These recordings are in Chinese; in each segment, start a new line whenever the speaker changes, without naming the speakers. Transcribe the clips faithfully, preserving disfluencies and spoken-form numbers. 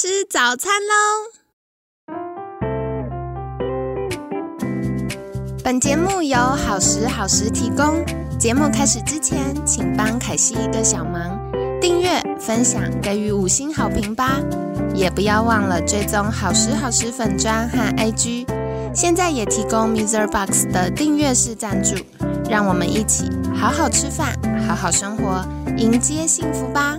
吃早餐喽！本节目由好时好时提供。节目开始之前，请帮凯西一个小忙，订阅、分享、给予五星好评吧！也不要忘了追踪好时好时粉专和 I G。现在也提供 Mixer Box 的订阅式赞助，让我们一起好好吃饭，好好生活，迎接幸福吧！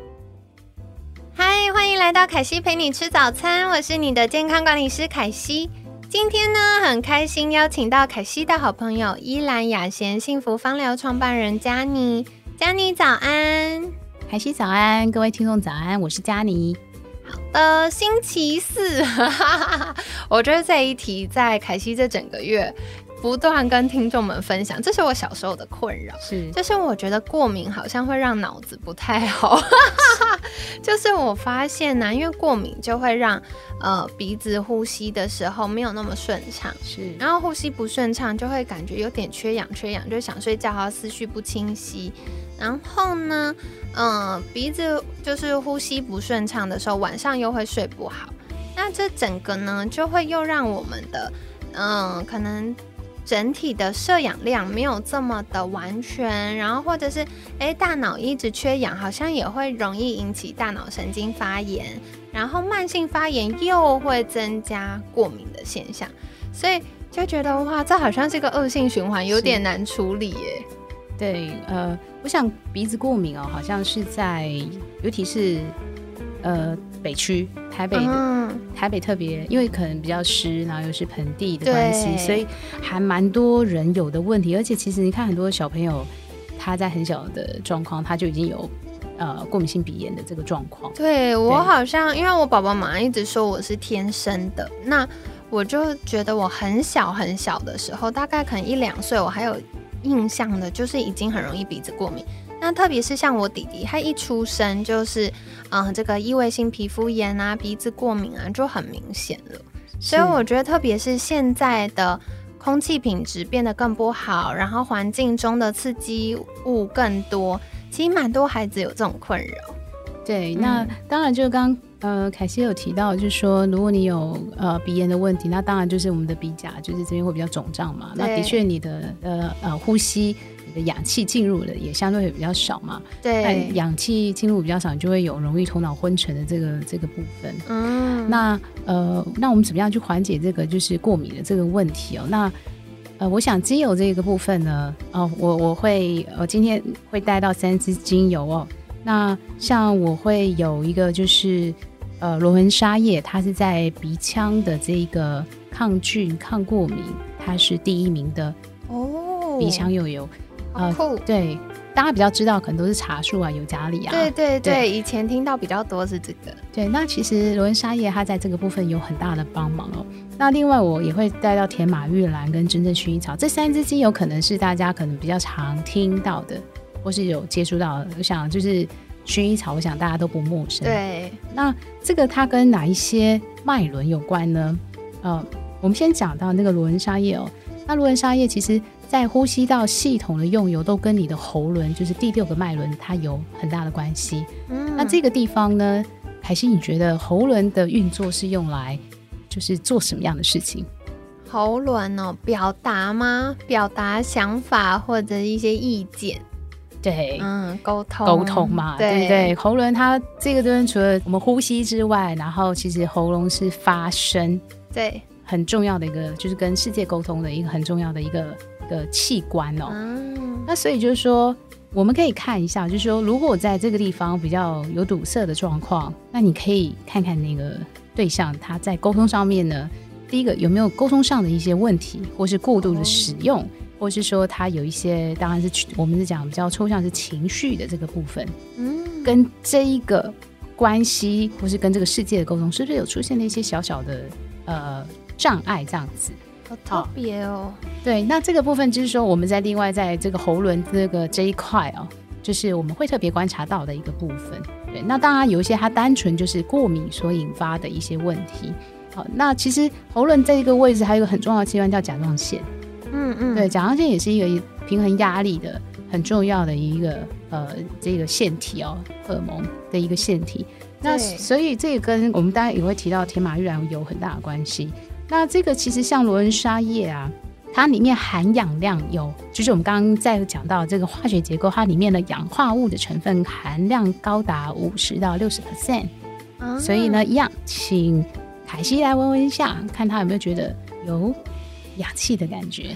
嗨，欢迎来到凯西陪你吃早餐，我是你的健康管理师凯西。今天呢，很开心邀请到凯西的好朋友依兰雅贤幸福芳疗创办人佳妮。佳妮早安。
凯西早安，各位听众早安，我是佳妮。
好的，星期四我觉得这一题在凯西这整个月不断跟听众们分享，这是我小时候的困扰，是就是我觉得过敏好像会让脑子不太好就是我发现呢、啊，因为过敏就会让呃鼻子呼吸的时候没有那么顺畅，是，然后呼吸不顺畅就会感觉有点缺氧缺氧，就想睡觉，然后思绪不清晰，然后呢嗯、呃，鼻子就是呼吸不顺畅的时候晚上又会睡不好，那这整个呢就会又让我们的嗯、呃、可能整体的摄氧量没有这么的完全，然后或者是诶大脑一直缺氧，好像也会容易引起大脑神经发炎，然后慢性发炎又会增加过敏的现象，所以就觉得哇，这好像是一个恶性循环，有点难处理耶。
对，呃，我想鼻子过敏哦，好像是在，尤其是呃北区台北的、嗯、台北特别，因为可能比较湿，然后又是盆地的关系，所以还蛮多人有的问题。而且其实你看很多小朋友，他在很小的状况，他就已经有呃过敏性鼻炎的这个状况。
对，我好像因为我爸爸妈妈一直说我是天生的，那我就觉得我很小很小的时候，大概可能一两岁，我还有印象的就是已经很容易鼻子过敏。那特别是像我弟弟，他一出生就是，嗯、呃，这个异位性皮肤炎啊、鼻子过敏啊，就很明显了。所以我觉得，特别是现在的空气品质变得更不好，然后环境中的刺激物更多，其实蛮多孩子有这种困扰。
对，那、嗯、当然就刚呃凯西有提到，就是说如果你有呃鼻炎的问题，那当然就是我们的鼻甲就是这边会比较肿胀嘛。那的确你的呃呃呼吸。你的氧气进入的也相对会比较少嘛，对，氧气进入比较少，你就会有容易头脑昏沉的这个这个部分。嗯，那呃，那我们怎么样去缓解这个就是过敏的这个问题哦？那呃，我想精油这个部分呢，哦，我我会我今天会带到三支精油哦。那像我会有一个就是呃罗纹沙叶，它是在鼻腔的这个抗菌抗过敏，它是第一名的哦，鼻腔油油。
呃，
对，大家比较知道可能都是茶树啊、尤加利啊。
对对 对, 对，以前听到比较多是这个。
对，那其实罗纹沙叶它在这个部分有很大的帮忙哦。那另外我也会带到甜马玉兰跟真正薰衣草这三支精油，可能是大家可能比较常听到的，或是有接触到的。我想就是薰衣草，我想大家都不陌生。
对，
那这个它跟哪一些脉轮有关呢？呃，我们先讲到那个罗纹沙叶哦。那罗纹沙叶其实在呼吸道系统的用油都跟你的喉轮，就是第六个脉轮，它有很大的关系。嗯，那这个地方呢，凯西，你觉得喉轮的运作是用来就是做什么样的事情？
喉轮哦，表达吗？表达想法或者一些意见。
对，
嗯，沟通，
沟通嘛， 对, 对不对？喉轮它这个东西除了我们呼吸之外，然后其实喉咙是发声，
对，
很重要的一个，就是跟世界沟通的一个很重要的一个。的器官哦、嗯，那所以就是说我们可以看一下，就是说如果在这个地方比较有堵塞的状况，那你可以看看那个对象他在沟通上面呢，第一个有没有沟通上的一些问题，或是过度的使用、哦、或是说他有一些，当然是我们是讲比较抽象是情绪的这个部分，嗯，跟这一个关系或是跟这个世界的沟通是不是有出现了一些小小的呃障碍这样子。
好特别哦，
对，那这个部分就是说我们在另外在这个喉轮这个这一块哦，就是我们会特别观察到的一个部分。对，那当然有一些它单纯就是过敏所引发的一些问题。好，那其实喉轮这一个位置还有一个很重要的器官叫甲状腺。嗯嗯，对，甲状腺也是一个平衡压力的很重要的一个呃这个腺体哦，荷尔蒙的一个腺体。 那所以这个跟我们当然也会提到甜马玉兰有很大的关系。那这个其实像罗恩沙叶啊，它里面含氧量有，就是我们刚刚在讲到这个化学结构，它里面的氧化物的成分含量高达五十到六十 percent。所以呢，一样，请凯西来闻闻一下，看他有没有觉得有氧气的感觉。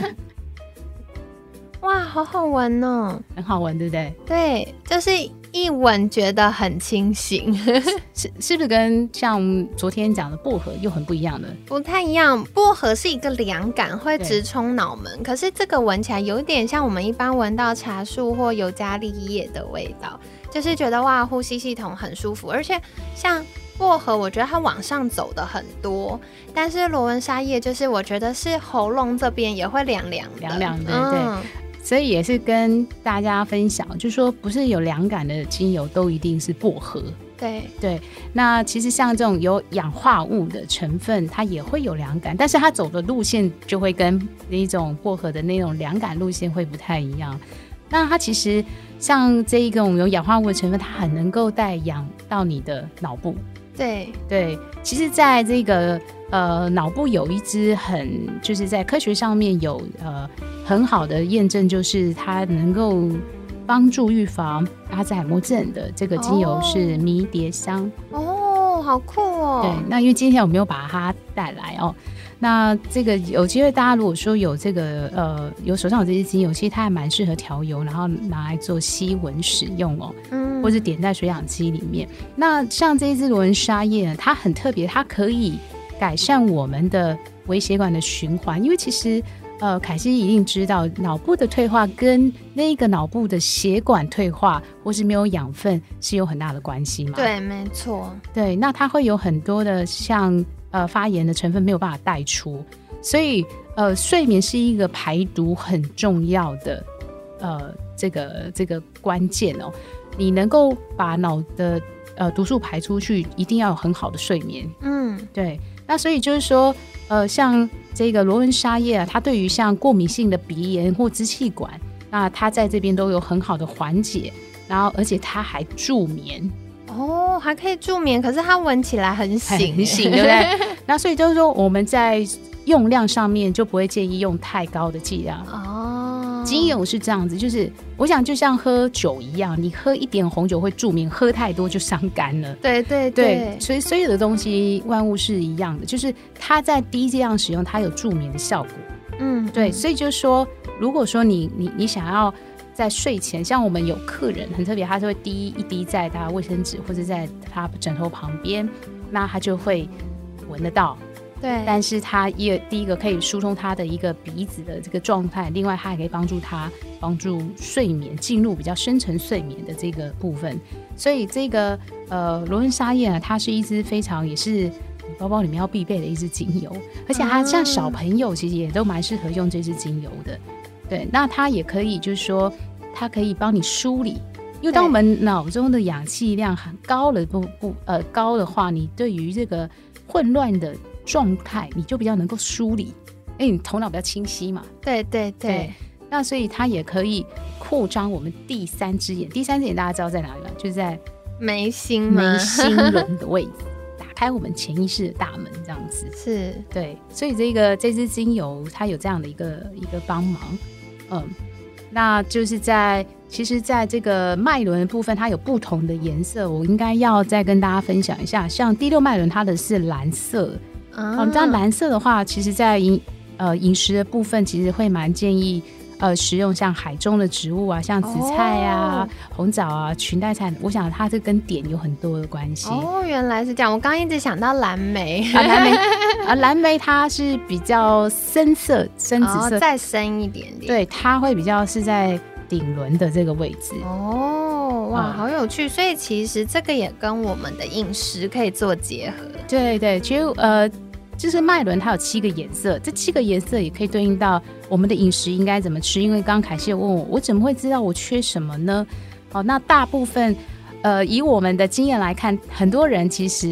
哇，好好闻哦，
很好闻，对不对？
对，就是一闻觉得很清醒。
是是不是跟像昨天讲的薄荷又很不一样的？
不太一样，薄荷是一个凉感，会直冲脑门，可是这个闻起来有点像我们一般闻到茶树或尤加利叶的味道。就是觉得哇，呼吸系统很舒服，而且像薄荷，我觉得它往上走的很多，但是罗文沙叶就是我觉得是喉咙这边也会凉凉的，
凉凉的，嗯、对。所以也是跟大家分享，就是说不是有凉感的精油都一定是薄荷，
对
对。那其实像这种有氧化物的成分，它也会有凉感，但是它走的路线就会跟那种薄荷的那种凉感路线会不太一样。那它其实像这一种有氧化物的成分，它很能够带氧到你的脑部。
对
对，其实在这个呃脑部有一支很就是在科学上面有呃很好的验证，就是它能够帮助预防阿兹海默症的这个精油是迷迭香。
哦，好酷哦。
对，那因为今天我没有把它带来哦。那这个有机会，大家如果说有这个呃有手上有这些精油，其实它还蛮适合调油，然后拿来做吸闻使用哦，嗯，或者点在水氧机里面。那像这一支罗恩沙叶呢，它很特别，它可以改善我们的微血管的循环，因为其实呃凯西一定知道，脑部的退化跟那个脑部的血管退化或是没有养分是有很大的关系嘛？
对，没错。
对，那它会有很多的像。呃，发炎的成分没有办法带出，所以呃，睡眠是一个排毒很重要的呃这个这个关键哦。你能够把脑的呃毒素排出去，一定要有很好的睡眠。嗯，对。那所以就是说，呃，像这个罗恩沙叶啊，它对于像过敏性的鼻炎或支气管，那它在这边都有很好的缓解，然后而且它还助眠。
哦，还可以助眠，可是它闻起来很醒，
很醒，对不对？那所以就是说，我们在用量上面就不会建议用太高的剂量。哦，精油是这样子，就是我想就像喝酒一样，你喝一点红酒会助眠，喝太多就伤肝了。
对对 对, 对，
所以所有的东西万物是一样的，就是它在低剂量使用，它有助眠的效果。嗯，对，所以就是说，如果说你你你想要。在睡前，像我们有客人很特别，他就会滴一滴在他卫生纸或者在他枕头旁边，那他就会闻得到。
对，
但是他也第一个可以疏通他的一个鼻子的这个状态，另外他还可以帮助他帮助睡眠进入比较深层睡眠的这个部分。所以这个呃罗恩沙叶呢，它是一支非常也是你包包里面要必备的一支精油，而且它像小朋友其实也都蛮适合用这支精油的。对，那它也可以就是说它可以帮你梳理，因为当我们脑中的氧气量很高了不不呃高的话，你对于这个混乱的状态你就比较能够梳理，因为你头脑比较清晰嘛。
对对 对, 对，
那所以它也可以扩张我们第三只眼。第三只眼大家知道在哪里吗？就是在
眉心吗？
眉心轮的位置打开我们潜意识的大门，这样子。
是，
对，所以这个这支精油它有这样的一个一个帮忙。嗯，那就是在其实在这个脉轮的部分它有不同的颜色，我应该要再跟大家分享一下。像第六脉轮它的是蓝色，嗯、啊，这样蓝色的话其实在饮呃饮食的部分其实会蛮建议呃食用像海中的植物啊，像紫菜啊、哦、红枣啊、裙带菜，我想它这跟碘有很多的关系。
哦，原来是这样。我刚刚一直想到蓝莓
啊，蓝莓啊，蓝莓它是比较深色深紫色、
哦、再深一点点，
对，它会比较是在顶轮的这个位置。
哦，哇、啊、好有趣。所以其实这个也跟我们的饮食可以做结合。
对对，其实呃就是脉轮它有七个颜色，这七个颜色也可以对应到我们的饮食应该怎么吃。因为刚刚凯西有问我，我怎么会知道我缺什么呢？哦，那大部分呃以我们的经验来看，很多人其实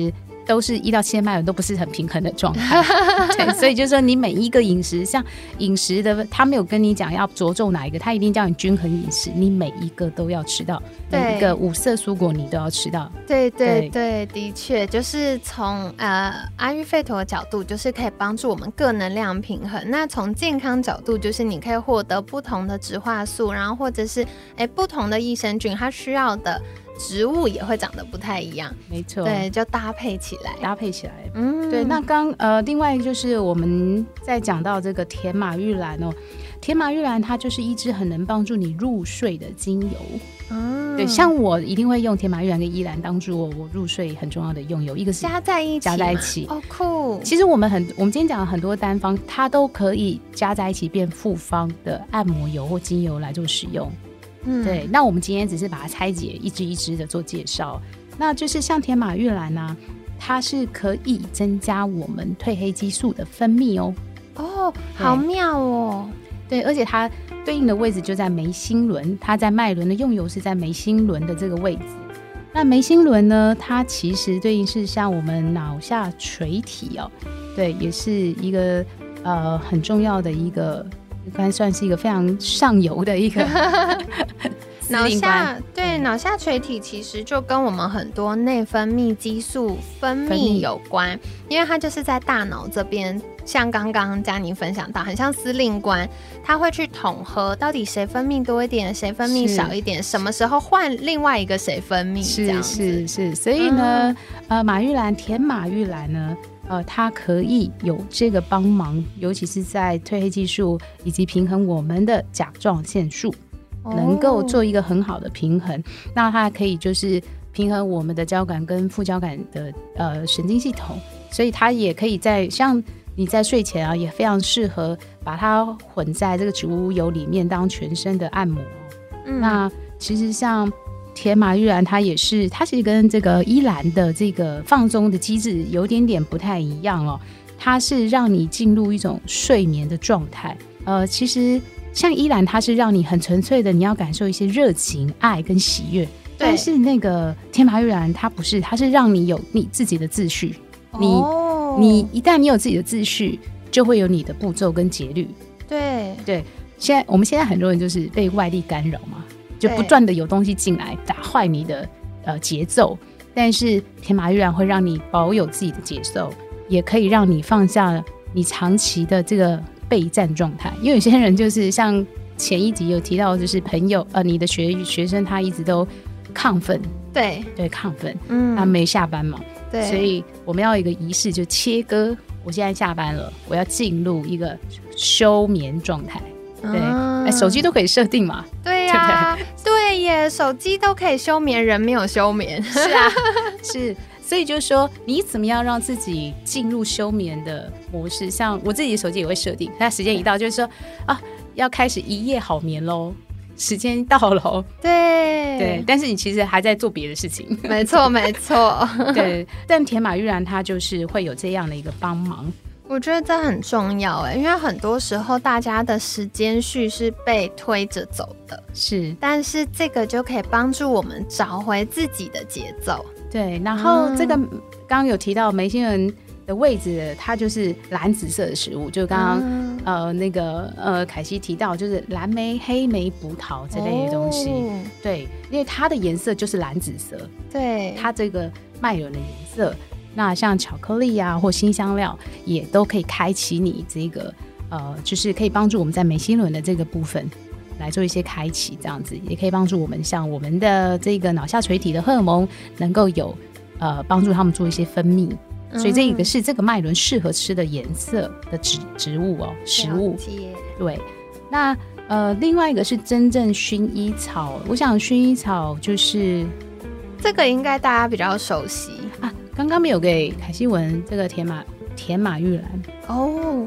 都是一到七的脉轮都不是很平衡的状态对，所以就是说你每一个饮食，像饮食的他没有跟你讲要着重哪一个，他一定叫你均衡饮食，你每一个都要吃到，每一个五色蔬果你都要吃到。
对对 对, 对，的确就是从呃阿育吠陀的角度，就是可以帮助我们各能量平衡。那从健康角度，就是你可以获得不同的植化素，然后或者是哎不同的益生菌，它需要的植物也会长得不太一样。
没错，
对，就搭配起来，
搭配起来。嗯，对。那刚呃，另外就是我们在讲到这个甜马玉兰哦，甜马玉兰它就是一支很能帮助你入睡的精油。嗯，对，像我一定会用甜马玉兰跟依兰当做我我入睡很重要的用油，一个是
加在一起，
加在一起，
哦酷。
其实我们很，我们今天讲了很多单方，它都可以加在一起变复方的按摩油或精油来做使用。嗯，对。那我们今天只是把它拆解一支一支的做介绍。那就是像甜马玉兰啊，它是可以增加我们褪黑激素的分泌哦。
哦，好妙哦。
对，而且它对应的位置就在眉心轮，它在脉轮的用油是在眉心轮的这个位置。那眉心轮呢，它其实对应是像我们脑下垂体哦，对，也是一个呃很重要的一个，应该算是一个非常上游的一个
脑下，对，脑下垂体其实就跟我们很多内分泌激素分泌有关，因为它就是在大脑这边，像刚刚嘉妮分享到，很像司令官，他会去统合到底谁分泌多一点，谁分泌少一点，什么时候换另外一个谁分泌，这样子。
是是是，所以呢，嗯、呃，马玉兰甜马玉兰呢。呃，它可以有这个帮忙，尤其是在褪黑激素以及平衡我们的甲状腺素，能够做一个很好的平衡。那它可以就是平衡我们的交感跟副交感的呃神经系统，所以它也可以在像你在睡前啊，也非常适合把它混在这个植物油里面当全身的按摩。嗯、那其实像甜马玉兰它也是，它其实跟这个依兰的这个放松的机制有点点不太一样哦。它是让你进入一种睡眠的状态。呃，其实像依兰，它是让你很纯粹的，你要感受一些热情、爱跟喜悦。但是那个甜马玉兰，它不是，它是让你有你自己的秩序。你、哦、你一旦你有自己的秩序，就会有你的步骤跟节律。
对
对，现在我们现在很多人就是被外力干扰嘛。就不断的有东西进来打坏你的呃节奏，但是甜马玉兰会让你保有自己的节奏，也可以让你放下你长期的这个备战状态。因为有些人就是像前一集有提到，就是朋友呃你的学学生他一直都亢奋，
对
对亢奋，嗯，他没下班嘛，
对，
所以我们要有一个仪式，就切割。我现在下班了，我要进入一个休眠状态。对、嗯，手机都可以设定嘛？
对呀、啊，对, 对耶，手机都可以休眠，人没有休眠。
是啊，是，所以就是说，你怎么样让自己进入休眠的模式？像我自己的手机也会设定，它时间一到，就是说啊，要开始一夜好眠喽，时间到了。
对
对，但是你其实还在做别的事情。
没错，没错。
对，但甜马玉兰它就是会有这样的一个帮忙。
我觉得这很重要哎，因为很多时候大家的时间序是被推着走的，
是，
但是这个就可以帮助我们找回自己的节奏。
对，然后这个刚刚有提到眉心轮的位置，它就是蓝紫色的食物，就刚刚、嗯、呃那个呃凯西提到，就是蓝莓、黑莓、葡萄这类的东西、哦。对，因为它的颜色就是蓝紫色，
对，
它这个脉轮的颜色。那像巧克力啊或辛香料也都可以开启你这个呃，就是可以帮助我们在眉心轮的这个部分来做一些开启，这样子也可以帮助我们像我们的这个脑下垂体的荷尔蒙能够有呃帮助他们做一些分泌、嗯、所以这个是这个脉轮适合吃的颜色的植植物哦，食物。对，那呃另外一个是真正薰衣草，我想薰衣草就是
这个应该大家比较熟悉啊。
刚刚没有给凯西闻这个甜马甜马玉兰
哦，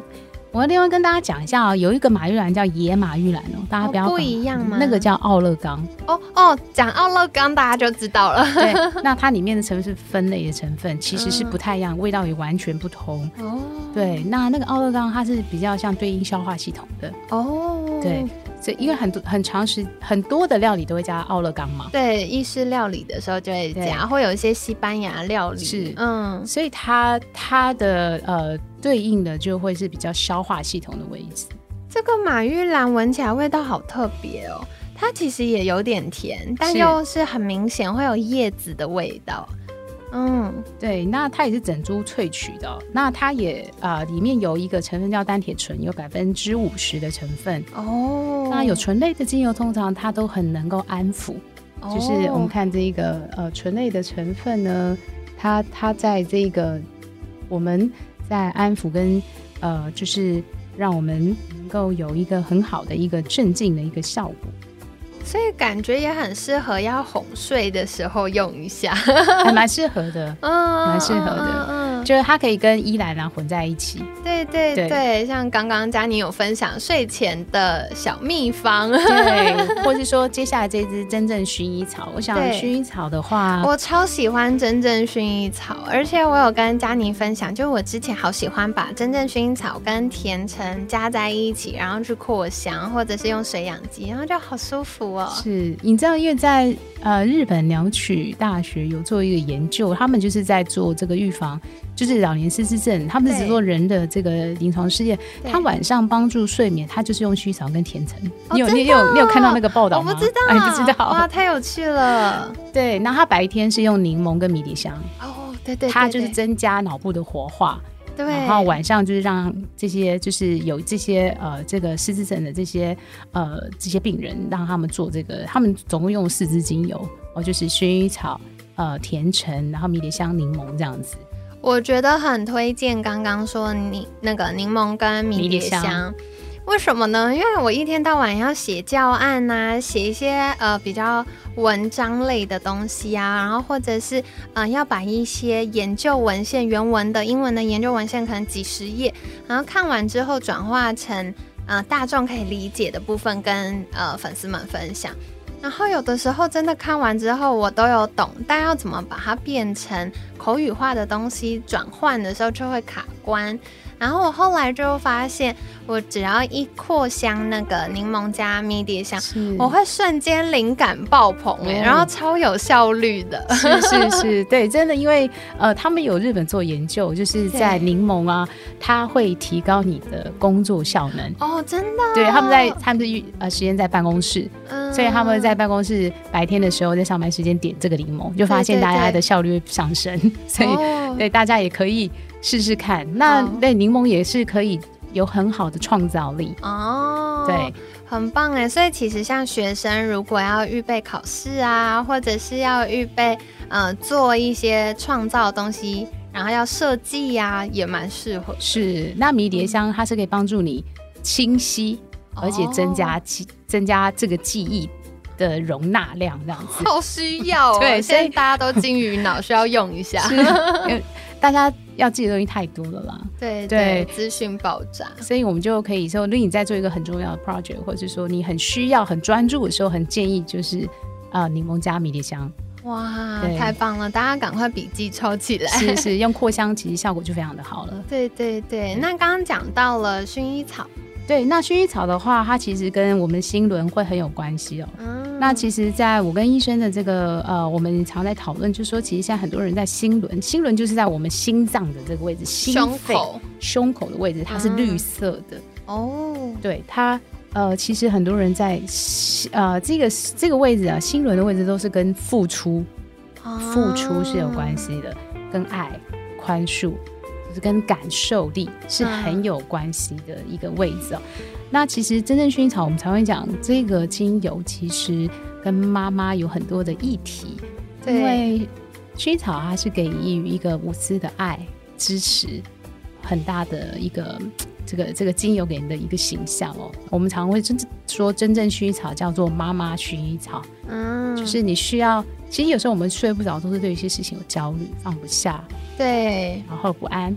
我另外跟大家讲一下哦，有一个马玉兰叫野马玉兰哦，大家不要、
哦、不一样吗？
那个叫奥勒冈。
哦哦，讲奥勒冈大家就知道了。
对，那它里面的成分是酚类的成分，其实是不太一样，嗯、味道也完全不同。哦，对，那那个奥勒冈它是比较像对应消化系统的。哦，对。所以因为很多很长时很多的料理都会加奥勒冈嘛，
对，意式料理的时候就会加，会有一些西班牙料理
是，嗯，所以它它的呃对应的就会是比较消化系统的位置。
这个马玉兰闻起来味道好特别哦，它其实也有点甜，但又是很明显会有叶子的味道。
嗯，对，那它也是整株萃取的、哦，那它也呃里面有一个成分叫单铁醇，有百分之五十的成分哦。那有醇类的精油，通常它都很能够安抚，哦、就是我们看这个呃醇类的成分呢，它它在这个我们在安抚跟呃就是让我们能够有一个很好的一个镇静的一个效果。
所以感觉也很适合要哄睡的时候用一下，
还蛮适合的，嗯，蛮适合的，嗯嗯，就是它可以跟依兰兰混在一起。
对对 对, 对，像刚刚嘉妮有分享睡前的小秘方，
对，或是说接下来这支真正薰衣草，我想薰衣草的话，
我超喜欢真正薰衣草，而且我有跟嘉妮分享，就我之前好喜欢把真正薰衣草跟甜橙加在一起，然后去扩香，或者是用水养鸡，然后就好舒服哦。
是，你知道，因为在呃日本鸟取大学有做一个研究，他们就是在做这个预防，就是老年失智症，他们只做人的这个临床试验，他晚上帮助睡眠，他就是用薰衣草跟甜橙。
哦、
你有、
哦、
你有你有看到那个报道吗？
我不知道，
哎、你不知道，
哇，太有趣了。
对，那他白天是用柠檬跟迷迭香，
哦，对 对, 对, 对，
他就是增加脑部的活化。
对，
然后晚上就是让这些就是有这些呃这个失智症的这些呃这些病人，让他们做这个，他们总共用四支精油哦，就是薰衣草、呃甜橙，然后迷迭香、柠檬这样子。
我觉得很推荐刚刚说你那个柠檬跟迷迭香。为什么呢？因为我一天到晚要写教案啊，写一些呃比较文章类的东西啊，然后或者是呃要把一些研究文献原文的英文的研究文献可能几十页，然后看完之后转化成呃大众可以理解的部分跟呃粉丝们分享。然后有的时候真的看完之后我都有懂，但要怎么把它变成口语化的东西转换的时候就会卡关。然后我后来就发现，我只要一扩香那个柠檬加迷迭香，我会瞬间灵感爆棚哎、欸，然后超有效率的。
是是是，对，真的，因为呃，他们有日本做研究，就是在柠檬啊，它会提高你的工作效能。
哦，真的、哦？
对，他们在他们是呃实验在办公室，嗯，所以他们在办公室白天的时候在上班时间点这个柠檬，就发现大家的效率会上升，对对对，所以、哦、对大家也可以试试看。那对柠檬也是可以有很好的创造力哦，对，
很棒哎。所以其实像学生如果要预备考试啊，或者是要预备呃做一些创造的东西，然后要设计呀，也蛮适合。
是，那迷迭香它是可以帮助你清晰，而且增加记、哦、增加这个记忆的容纳量，这样子。
好需要哦。对，所以大家都金鱼脑，需要用一下。
大家要记的东西太多了啦，
对对，资讯爆炸，
所以我们就可以说，如果你在做一个很重要的 project， 或者是说你很需要很专注的时候，很建议就是呃柠檬加迷迭香。
哇，太棒了！大家赶快笔记抽起来。
是是，用扩香其实效果就非常的好了。
对对对，那刚刚讲到了薰衣草。
对，那薰衣草的话，它其实跟我们心轮会很有关系哦。嗯，那其实在我跟医生的这个呃，我们常在讨论，就是说其实现在很多人在心轮，心轮就是在我们心脏的这个位置，
胸口
胸口的位置，它是绿色的。嗯、哦，对，它呃，其实很多人在呃这个这个位置啊，心轮的位置都是跟付出、啊、付出是有关系的，跟爱、宽恕。就是跟感受力是很有关系的一个位置哦。嗯、那其实真正薰衣草，我们才会讲这个精油其实跟妈妈有很多的议题，因为薰衣草它是给予一个无私的爱、支持，很大的一个这个这个精油给人的一个形象哦。我们常会真说真正薰衣草叫做妈妈薰衣草，嗯，就是你需要。其实有时候我们睡不着，都是对一些事情有焦虑、放不下，
对，
然后不安，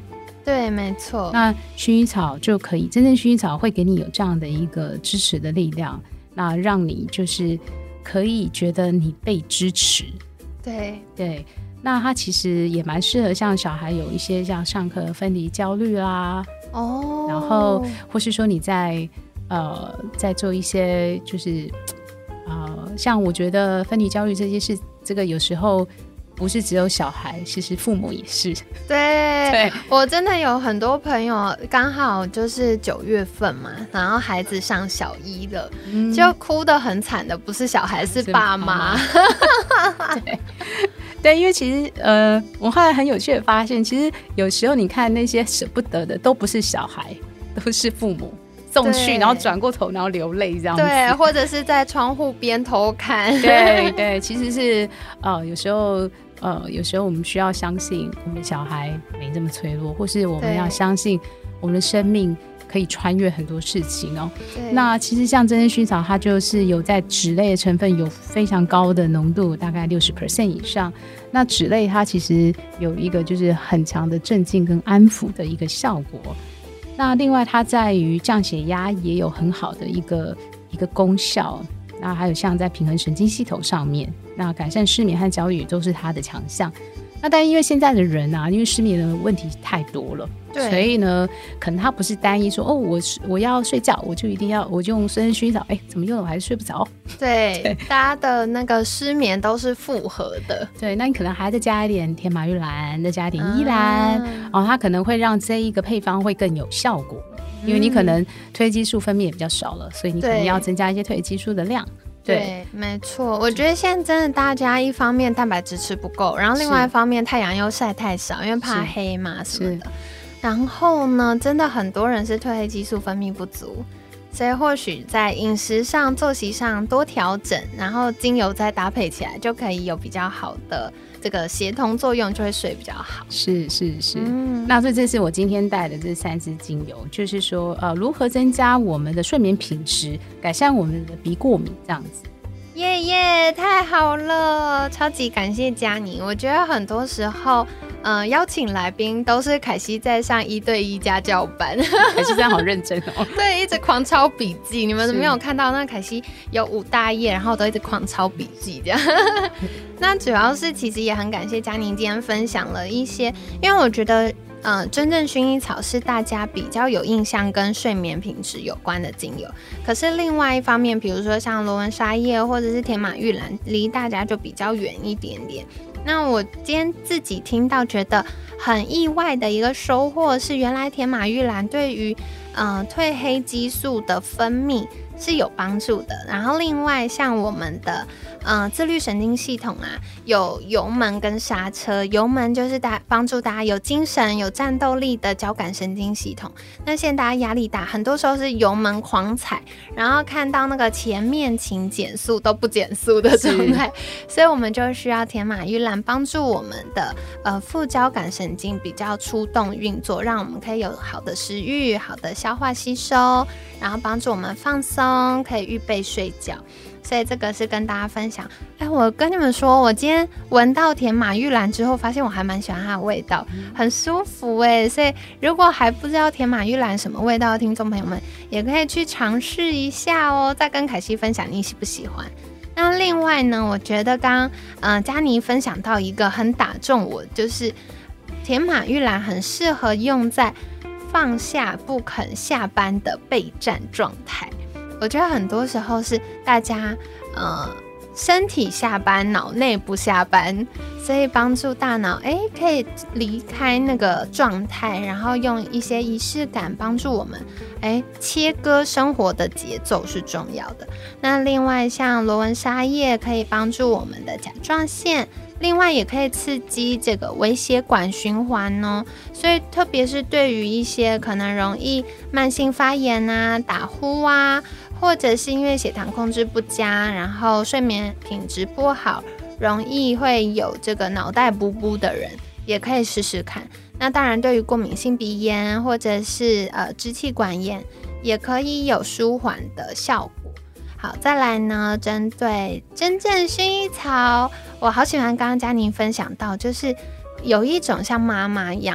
对，没错。
那薰衣草就可以，真正薰衣草会给你有这样的一个支持的力量，那让你就是可以觉得你被支持。
对
对，那它其实也蛮适合像小孩有一些像上课分离焦虑啦，哦，然后或是说你在呃在做一些就是呃像我觉得分离焦虑这些事，这个有时候不是只有小孩，其实父母也是。
对，对，我真的有很多朋友刚好就是九月份嘛，然后孩子上小一了，嗯、就哭得很惨的不是小孩是爸妈。
对对，因为其实呃，我后来很有趣的发现，其实有时候你看那些舍不得的都不是小孩，都是父母送去，然后转过头然后流泪这样子。
对，或者是在窗户边偷看。
对对，其实是呃有时候呃有时候我们需要相信我们小孩没这么脆弱，或是我们要相信我们的生命可以穿越很多事情哦。那其实像真正薰衣草，它就是有在脂类的成分有非常高的浓度，大概 百分之六十 以上。那脂类它其实有一个就是很强的镇静跟安抚的一个效果。那另外它在于降血压也有很好的一个一个功效。那还有像在平衡神经系统上面，那改善失眠和焦虑都是它的强项。那但因为现在的人啊，因为失眠的问题太多了，所以呢，可能他不是单一说哦，我我要睡觉，我就一定要我就用真正薰衣草，哎，怎么用了我还是睡不着？
对，对，大家的那个失眠都是复合的。
对，那你可能还再加一点天马玉兰，再加一点依兰，嗯、哦，它可能会让这一个配方会更有效果，因为你可能褪激素分泌也比较少了，所以你可能要增加一些褪激素的量。
对，对，没错。我觉得现在真的大家一方面蛋白质吃不够，然后另外一方面太阳又晒太少，因为怕黑嘛什么的。然后呢，真的很多人是褪黑激素分泌不足，所以或许在饮食上、作息上多调整，然后精油再搭配起来，就可以有比较好的这个协同作用，就会睡比较好。
是是是。嗯、那所以这是我今天带的这三支精油，就是说呃，如何增加我们的睡眠品质，改善我们的鼻过敏这样子。
耶耶，太好了，超级感谢嘉妮。我觉得很多时候呃，邀请来宾都是凯西在上一对一家教班。
凯西这样好认真哦。
对，一直狂抄笔记，你们没有看到那凯西有五大页，然后我都一直狂抄笔记这样。那主要是其实也很感谢嘉妮今天分享了一些，因为我觉得呃，真正薰衣草是大家比较有印象跟睡眠品质有关的精油，可是另外一方面，比如说像罗纹沙叶或者是天马玉兰，离大家就比较远一点点。那我今天自己听到觉得很意外的一个收获是，原来天马玉兰对于呃褪黑激素的分泌是有帮助的。然后另外像我们的呃自律神经系统啊，有油门跟刹车。油门就是大帮助大家有精神有战斗力的交感神经系统。那现在大家压力大，很多时候是油门狂踩，然后看到那个前面请减速都不减速的状态，所以我们就需要天马玉兰帮助我们的呃副交感神经比较出动运作，让我们可以有好的食欲、好的消化吸收，然后帮助我们放松，可以预备睡觉。所以这个是跟大家分享。哎，我跟你们说，我今天闻到天马玉兰之后，发现我还蛮喜欢它的味道，很舒服哎。所以如果还不知道天马玉兰什么味道的听众朋友们，也可以去尝试一下哦，再跟凯西分享你喜不喜欢。那另外呢，我觉得刚刚呃嘉妮分享到一个很打中我，就是天马玉兰很适合用在放下不肯下班的备战状态。我觉得很多时候是大家呃身体下班，脑内不下班，所以帮助大脑哎可以离开那个状态，然后用一些仪式感帮助我们哎切割生活的节奏是重要的。那另外像罗纹沙叶可以帮助我们的甲状腺，另外也可以刺激这个微血管循环哦，所以特别是对于一些可能容易慢性发炎啊、打呼啊，或者是因为血糖控制不佳，然后睡眠品质不好，容易会有这个脑袋布布的人，也可以试试看。那当然对于过敏性鼻炎或者是呃支气管炎，也可以有舒缓的效果。好，再来呢，针对真正薰衣草，我好喜欢刚刚嘉宁分享到，就是有一种像妈妈一样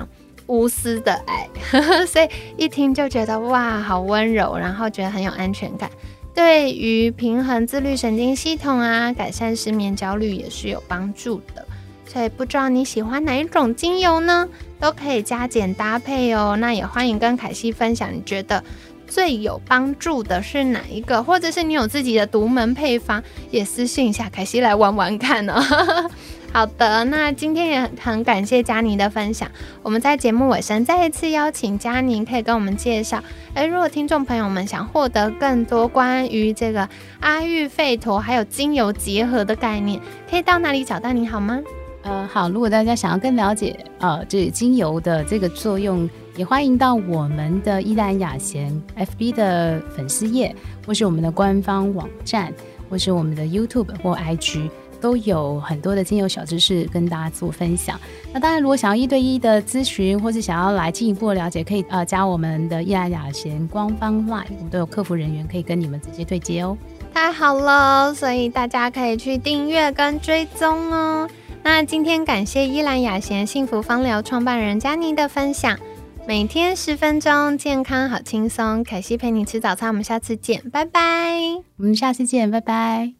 无私的爱所以一听就觉得哇好温柔，然后觉得很有安全感，对于平衡自律神经系统啊，改善失眠焦虑也是有帮助的。所以不知道你喜欢哪一种精油呢，都可以加减搭配哦。那也欢迎跟凯西分享你觉得最有帮助的是哪一个，或者是你有自己的独门配方，也私信一下凯西来玩玩看哦好的，那今天也很感谢嘉妮的分享。我们在节目尾声再一次邀请嘉妮可以跟我们介绍，诶，如果听众朋友们想获得更多关于这个阿育吠陀还有精油结合的概念，可以到哪里找到你好吗？
呃，好，如果大家想要更了解呃这精油的这个作用，也欢迎到我们的依兰雅贤 F B 的粉丝页，或是我们的官方网站，或是我们的 YouTube 或 I G，都有很多的精油小知识跟大家做分享。那当然如果想要一对一的咨询，或是想要来进一步的了解，可以呃加我们的依兰雅贤官方 LINE， 我们都有客服人员可以跟你们直接对接哦。
太好了，所以大家可以去订阅跟追踪哦。那今天感谢依兰雅贤幸福芳疗创办人嘉妮的分享，每天十分钟，健康好轻松。凯西陪你吃早餐，我们下次见，拜拜。
我们下次见，拜拜。